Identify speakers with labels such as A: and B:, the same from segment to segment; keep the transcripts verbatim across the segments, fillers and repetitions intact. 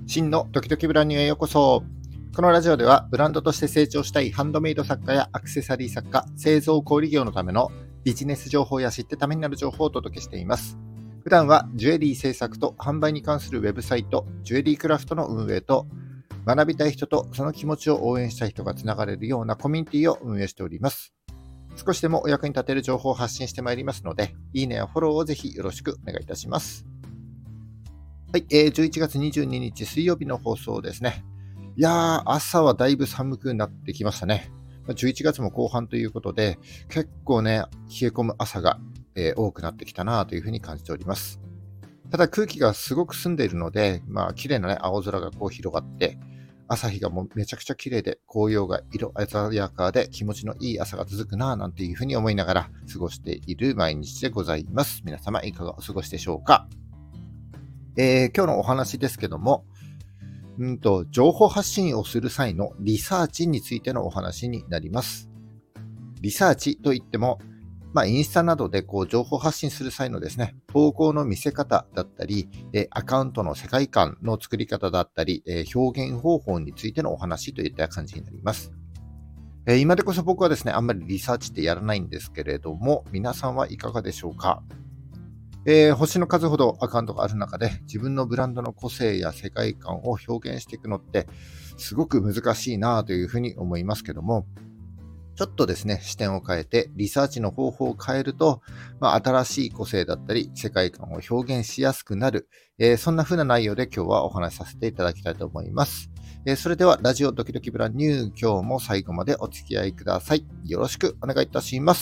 A: 真のドキドキブランニューへようこそ。このラジオではブランドとして成長したいハンドメイド作家やアクセサリー作家、製造小売業のためのビジネス情報や知ってためになる情報をお届けしています。普段はジュエリー制作と販売に関するウェブサイト、ジュエリークラフトの運営と、学びたい人とその気持ちを応援したい人がつながれるようなコミュニティを運営しております。少しでもお役に立てる情報を発信してまいりますので、いいねやフォローをぜひよろしくお願いいたします。はい、えー、じゅういちがつにじゅうににち水曜日の放送ですね。いやー、朝はだいぶ寒くなってきましたね。じゅういちがつも後半ということで、結構ね、冷え込む朝が、えー多くなってきたなというふうに感じております。ただ空気がすごく澄んでいるので、まあ綺麗なね、青空がこう広がって、朝日がもうめちゃくちゃ綺麗で、紅葉が色鮮やかで気持ちのいい朝が続くなぁなんていうふうに思いながら過ごしている毎日でございます。皆様いかがお過ごしでしょうか。えー今日のお話ですけども、うんと、情報発信をする際のリサーチについてのお話になります。リサーチといっても、まあ、インスタなどでこう情報発信する際のですね、投稿の見せ方だったり、えーアカウントの世界観の作り方だったり、えー表現方法についてのお話といった感じになります。えー今でこそ僕はですね、あんまりリサーチってやらないんですけれども、皆さんはいかがでしょうか。えー星の数ほどアカウントがある中で自分のブランドの個性や世界観を表現していくのってすごく難しいなというふうに思いますけども、ちょっとですね、視点を変えてリサーチの方法を変えると、まあ、新しい個性だったり世界観を表現しやすくなる、えーそんな風な内容で今日はお話しさせていただきたいと思います。えーそれではラジオドキドキブランニュー、今日も最後までお付き合いください。よろしくお願いいたします。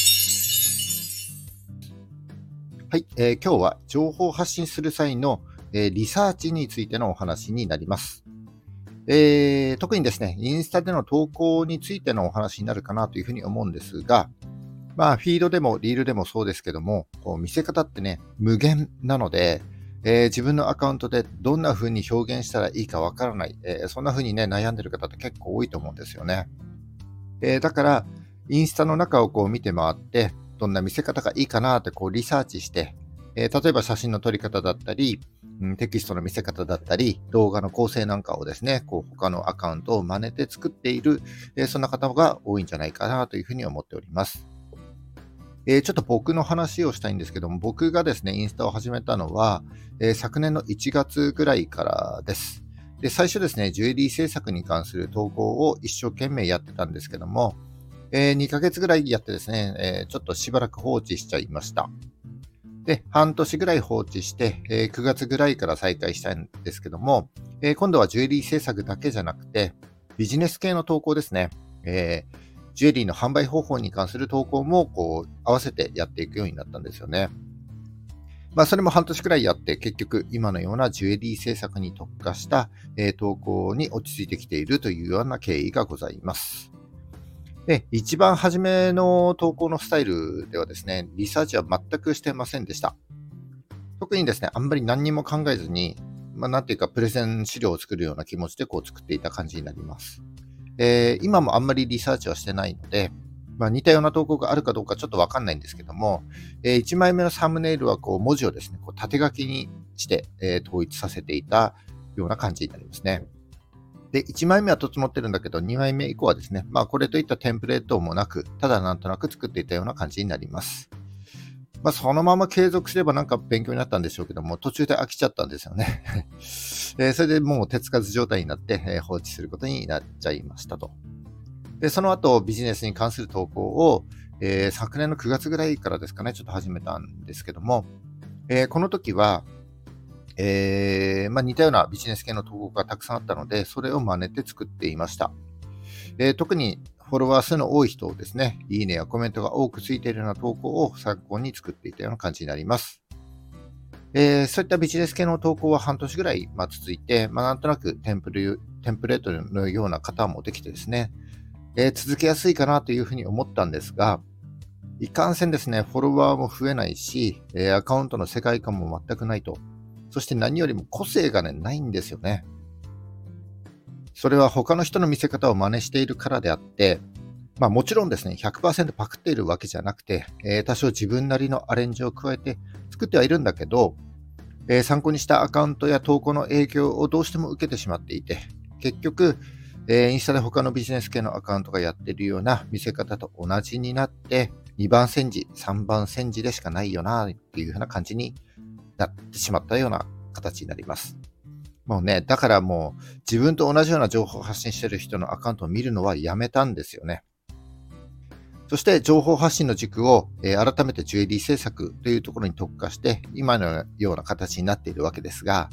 A: はい、えー今日は情報発信する際の、えーリサーチについてのお話になります。えー特にですね、インスタでの投稿についてのお話になるかなというふうに思うんですが、まあ、フィードでもリールでもそうですけども、こう見せ方ってね、無限なので、えー自分のアカウントでどんな風に表現したらいいかわからない、えーそんな風にね、悩んでる方って結構多いと思うんですよね。えーだから、インスタの中をこう見て回って、どんな見せ方がいいかなってこうリサーチして、えー例えば写真の撮り方だったり、うんテキストの見せ方だったり、動画の構成なんかをですね、こう他のアカウントを真似て作っている、えーそんな方が多いんじゃないかなというふうに思っております。えーちょっと僕の話をしたいんですけども、僕がですね、インスタを始めたのは、えー昨年のいちがつぐらいからです。で、最初ですね、ジュエリー制作に関する投稿を一生懸命やってたんですけども、えーにかげつぐらいやってですね、えーちょっとしばらく放置しちゃいました。で、半年ぐらい放置して、えーくがつぐらいから再開したんですけども、えー今度はジュエリー制作だけじゃなくて、ビジネス系の投稿ですね。えージュエリーの販売方法に関する投稿もこう合わせてやっていくようになったんですよね。まあ、それも半年くらいやって、結局今のようなジュエリー制作に特化した、えー投稿に落ち着いてきているというような経緯がございます。で、一番初めの投稿のスタイルではですね、リサーチは全くしてませんでした。特にですね、あんまり何にも考えずに、まあ、なんていうか、プレゼン資料を作るような気持ちでこう作っていた感じになります。えー今もあんまりリサーチはしてないので、まあ、似たような投稿があるかどうかちょっとわかんないんですけども、えーいちまいめのサムネイルはこう文字をですね、こう縦書きにして、えー統一させていたような感じになりますね。で、いちまいめは整ってるんだけど、にまいめ以降はですね、まあこれといったテンプレートもなく、ただなんとなく作っていたような感じになります。まあそのまま継続すればなんか勉強になったんでしょうけども、途中で飽きちゃったんですよね。えーそれでもう手つかず状態になって、えー放置することになっちゃいましたと。で、その後ビジネスに関する投稿を、えー昨年のくがつぐらいからですかね、ちょっと始めたんですけども、えーこの時は、えーまあ、似たようなビジネス系の投稿がたくさんあったので、それを真似て作っていました。えー特にフォロワー数の多い人をですね、いいねやコメントが多くついているような投稿を参考に作っていたような感じになります。えーそういったビジネス系の投稿は半年ぐらい、まあ、続いて、まあ、なんとなくテンプレテンプレートのような型もできてですね、えー続けやすいかなというふうに思ったんですが、いかんせんですね、フォロワーも増えないし、えーアカウントの世界観も全くないと。そして何よりも個性がね、ないんですよね。それは他の人の見せ方を真似しているからであって、まあもちろんですね、ひゃくパーセントパクっているわけじゃなくて、えー多少自分なりのアレンジを加えて作ってはいるんだけど、 えー参考にしたアカウントや投稿の影響をどうしても受けてしまっていて、結局、えーインスタで他のビジネス系のアカウントがやってるような見せ方と同じになって、にばん煎じ、さんばん煎じでしかないよなっていう風な感じになってしまったような形になります。もうね、だからもう自分と同じような情報を発信している人のアカウントを見るのはやめたんですよね。そして情報発信の軸を、えー改めてジュエリー制作というところに特化して、今のような形になっているわけですが、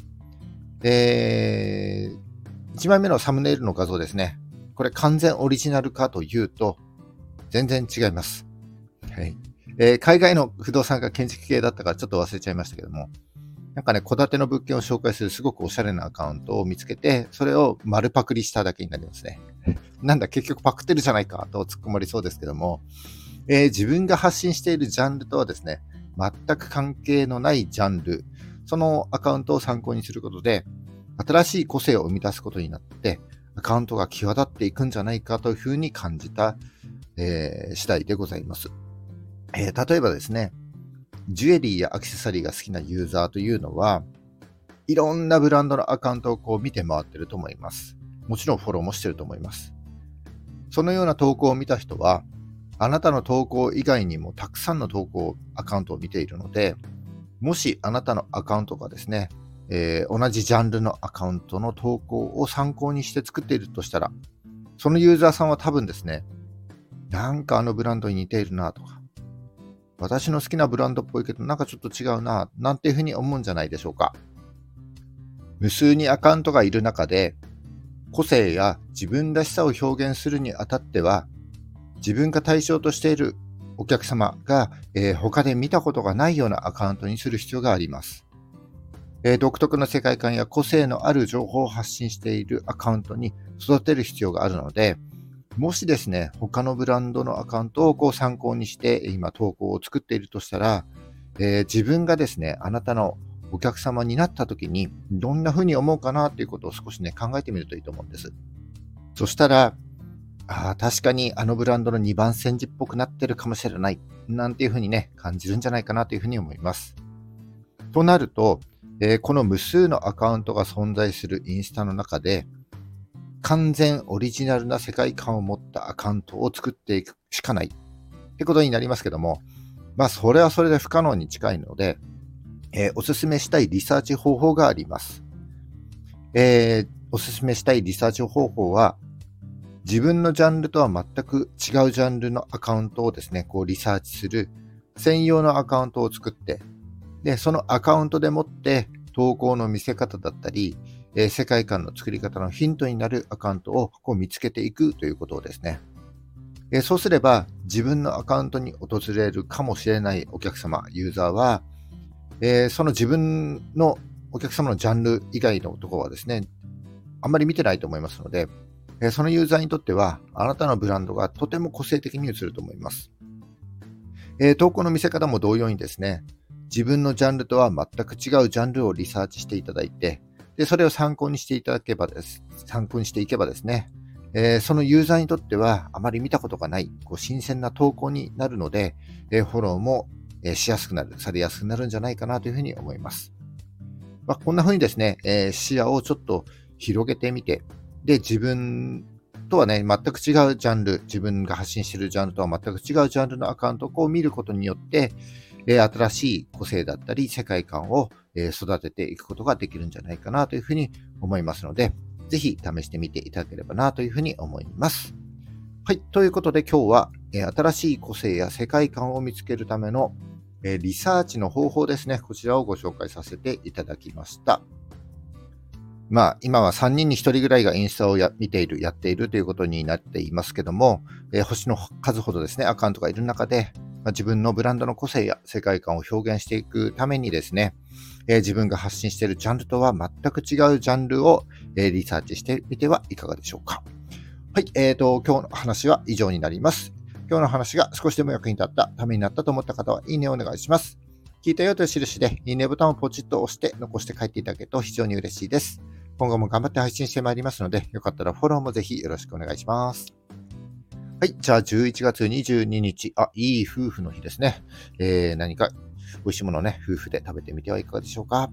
A: えー、いちまいめのサムネイルの画像ですね。これ完全オリジナルかというと、全然違います。はい。えー海外の不動産が建築系だったからちょっと忘れちゃいましたけども、なんかね、戸建ての物件を紹介するすごくおしゃれなアカウントを見つけて、それを丸パクリしただけになりますね。なんだ、結局パクってるじゃないかと突っ込まれそうですけども、えー自分が発信しているジャンルとはですね、全く関係のないジャンル、そのアカウントを参考にすることで、新しい個性を生み出すことになって、アカウントが際立っていくんじゃないかというふうに感じた、えー次第でございます。えー例えばですね、ジュエリーやアクセサリーが好きなユーザーというのは、いろんなブランドのアカウントをこう見て回ってると思います。もちろんフォローもしてると思います。そのような投稿を見た人は、あなたの投稿以外にもたくさんの投稿アカウントを見ているので、もしあなたのアカウントがですね、えー同じジャンルのアカウントの投稿を参考にして作っているとしたら、そのユーザーさんは多分ですね、なんかあのブランドに似ているなとか、私の好きなブランドっぽいけどなんかちょっと違うな、なんていうふうに思うんじゃないでしょうか。無数にアカウントがいる中で、個性や自分らしさを表現するにあたっては、自分が対象としているお客様が、えー他で見たことがないようなアカウントにする必要があります。えー独特の世界観や個性のある情報を発信しているアカウントに育てる必要があるので、もしですね、他のブランドのアカウントをこう参考にしてえー今投稿を作っているとしたら、えー自分がですね、あなたのお客様になった時にどんな風に思うかなということを少しね、考えてみるといいと思うんです。そしたら、ああ、確かにあのブランドのにばん煎じっぽくなってるかもしれない。なんていうふうにね、感じるんじゃないかなというふうに思います。となると、えーこの無数のアカウントが存在するインスタの中で、完全オリジナルな世界観を持ったアカウントを作っていくしかないってことになりますけども、まあ、それはそれで不可能に近いので、えーおすすめしたいリサーチ方法があります。えーおすすめしたいリサーチ方法は、自分のジャンルとは全く違うジャンルのアカウントをですね、こうリサーチする専用のアカウントを作って、で、そのアカウントでもって投稿の見せ方だったり、えー世界観の作り方のヒントになるアカウントをこう見つけていくということをですね。えーそうすれば自分のアカウントに訪れるかもしれないお客様、ユーザーは、えーその自分のお客様のジャンル以外のところはですね、あんまり見てないと思いますので、えーそのユーザーにとっては、あなたのブランドがとても個性的に映ると思います。えー投稿の見せ方も同様にですね、自分のジャンルとは全く違うジャンルをリサーチしていただいて、で、それを参考にしていただけばです、参考にしていけばですね、えーそのユーザーにとってはあまり見たことがない、こう新鮮な投稿になるので、えーフォローもえーしやすくなる、されやすくなるんじゃないかなというふうに思います。まあ、こんな風にですね、えー視野をちょっと広げてみて、で、自分とはね、全く違うジャンル、自分が発信しているジャンルとは全く違うジャンルのアカウントをこう見ることによって、えー新しい個性だったり、世界観をえー育てていくことができるんじゃないかなというふうに思いますので、ぜひ試してみていただければなというふうに思います。はい。ということで今日は、えー新しい個性や世界観を見つけるための、えーリサーチの方法ですね。こちらをご紹介させていただきました。まあ、今はさんにんにひとりぐらいがインスタをや見ている、やっているということになっていますけども、えー星の数ほどですね、アカウントがいる中で、まあ、自分のブランドの個性や世界観を表現していくためにですね、えー自分が発信しているジャンルとは全く違うジャンルを、えーリサーチしてみてはいかがでしょうか。はい、えーと、今日の話は以上になります。今日の話が少しでも役に立った、ためになったと思った方は、いいねをお願いします。聞いたよという印で、いいねボタンをポチッと押して残して帰っていただけると非常に嬉しいです。今後も頑張って配信してまいりますので、よかったらフォローもぜひよろしくお願いします。はい、じゃあじゅういちがつにじゅうににち、あ、いい夫婦の日ですね。えー、何か美味しいものをね、夫婦で食べてみてはいかがでしょうか。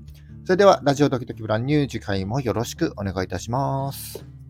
A: それでは、ラジオドキドキブランニュー次回もよろしくお願いいたします。